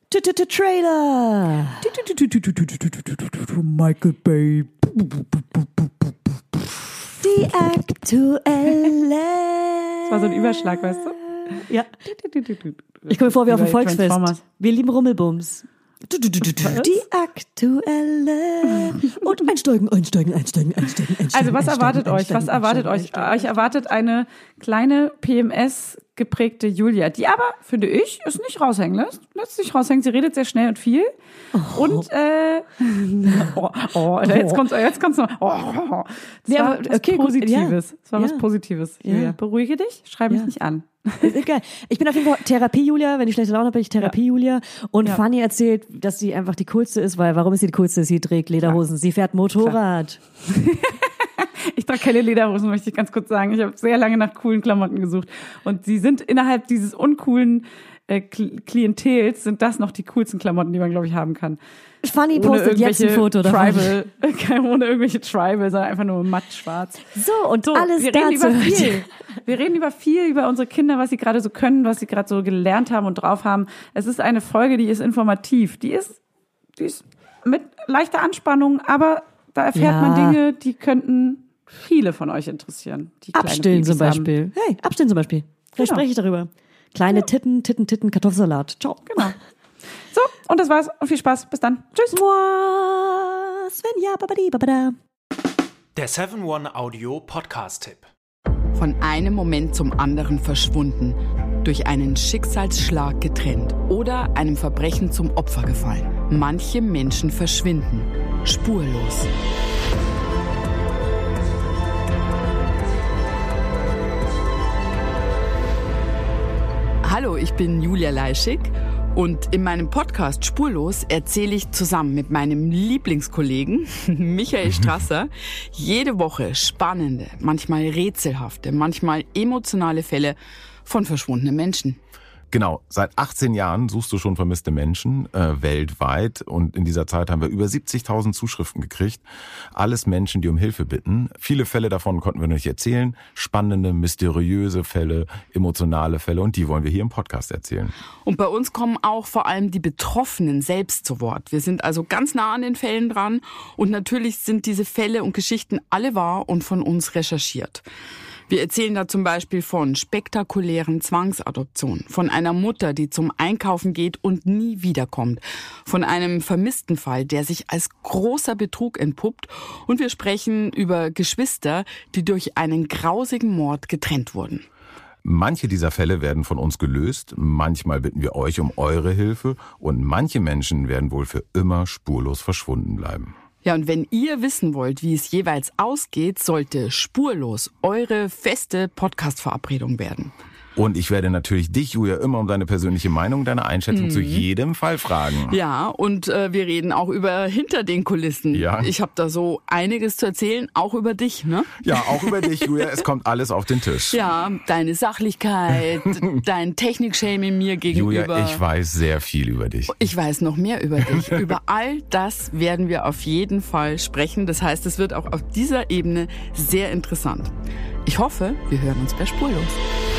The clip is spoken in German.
Trailer. Michael Bay. Die aktuelle. Das war so ein Überschlag, weißt du? Ja. Ich komme mir vor wie auf dem Volksfest. Wir lieben Rummelbums. Die aktuelle. Und einsteigen. Also was erwartet euch? Euch erwartet eine kleine PMS geprägte Julia, die aber, finde ich, es nicht raushängen lässt sich raushängen. Sie redet sehr schnell und viel. Oh. Und jetzt kommt's noch. Das war was Positives. Das war was Positives, Julia. Beruhige dich, schreib mich nicht an. Geil. Ich bin auf jeden Fall Therapie-Julia. Wenn ich schlechte Laune habe, bin ich Therapie-Julia. Und Fanny erzählt, dass sie einfach die coolste ist, weil warum ist sie die coolste? Sie trägt Lederhosen. Sie fährt Motorrad. Ich trage keine Lederhosen, möchte ich ganz kurz sagen. Ich habe sehr lange nach coolen Klamotten gesucht. Und sie sind innerhalb dieses uncoolen Klientels, sind das noch die coolsten Klamotten, die man, glaube ich, haben kann. Fanny postet jetzt ein Foto davon. Ohne irgendwelche Tribal, sondern einfach nur matt schwarz. So, alles wir reden über viel. Wir reden über unsere Kinder, was sie gerade so können, was sie gerade so gelernt haben und drauf haben. Es ist eine Folge, die ist informativ. Die ist mit leichter Anspannung, aber da erfährt man Dinge, die könnten viele von euch interessieren. Die Abstillen zum Beispiel. Hey, abstillen zum Beispiel. Vielleicht spreche ich darüber. Kleine Titten, Kartoffelsalat. Ciao. Genau. So, und das war's. Und viel Spaß. Bis dann. Tschüss. Svenja, babadi, babada. Der 7-One Audio Podcast-Tipp. Von einem Moment zum anderen verschwunden, durch einen Schicksalsschlag getrennt oder einem Verbrechen zum Opfer gefallen. Manche Menschen verschwinden spurlos. Hallo, ich bin Julia Leischig und in meinem Podcast Spurlos erzähle ich zusammen mit meinem Lieblingskollegen Michael Strasser jede Woche spannende, manchmal rätselhafte, manchmal emotionale Fälle von verschwundenen Menschen. Genau, seit 18 Jahren suchst du schon vermisste Menschen weltweit und in dieser Zeit haben wir über 70.000 Zuschriften gekriegt. Alles Menschen, die um Hilfe bitten. Viele Fälle davon konnten wir noch nicht erzählen. Spannende, mysteriöse Fälle, emotionale Fälle und die wollen wir hier im Podcast erzählen. Und bei uns kommen auch vor allem die Betroffenen selbst zu Wort. Wir sind also ganz nah an den Fällen dran und natürlich sind diese Fälle und Geschichten alle wahr und von uns recherchiert. Wir erzählen da zum Beispiel von spektakulären Zwangsadoptionen, von einer Mutter, die zum Einkaufen geht und nie wiederkommt, von einem vermissten Fall, der sich als großer Betrug entpuppt und wir sprechen über Geschwister, die durch einen grausigen Mord getrennt wurden. Manche dieser Fälle werden von uns gelöst, manchmal bitten wir euch um eure Hilfe und manche Menschen werden wohl für immer spurlos verschwunden bleiben. Ja, und wenn ihr wissen wollt, wie es jeweils ausgeht, sollte Spurlos eure feste Podcast-Verabredung werden. Und ich werde natürlich dich, Julia, immer um deine persönliche Meinung, deine Einschätzung zu jedem Fall fragen. Ja, und wir reden auch über hinter den Kulissen. Ja. Ich habe da so einiges zu erzählen, auch über dich, ne? Ja, auch über dich, Julia. Es kommt alles auf den Tisch. Ja, deine Sachlichkeit, dein Technik-Shaming mir gegenüber. Julia, ich weiß sehr viel über dich. Ich weiß noch mehr über dich. Über all das werden wir auf jeden Fall sprechen. Das heißt, es wird auch auf dieser Ebene sehr interessant. Ich hoffe, wir hören uns bei Spurlos.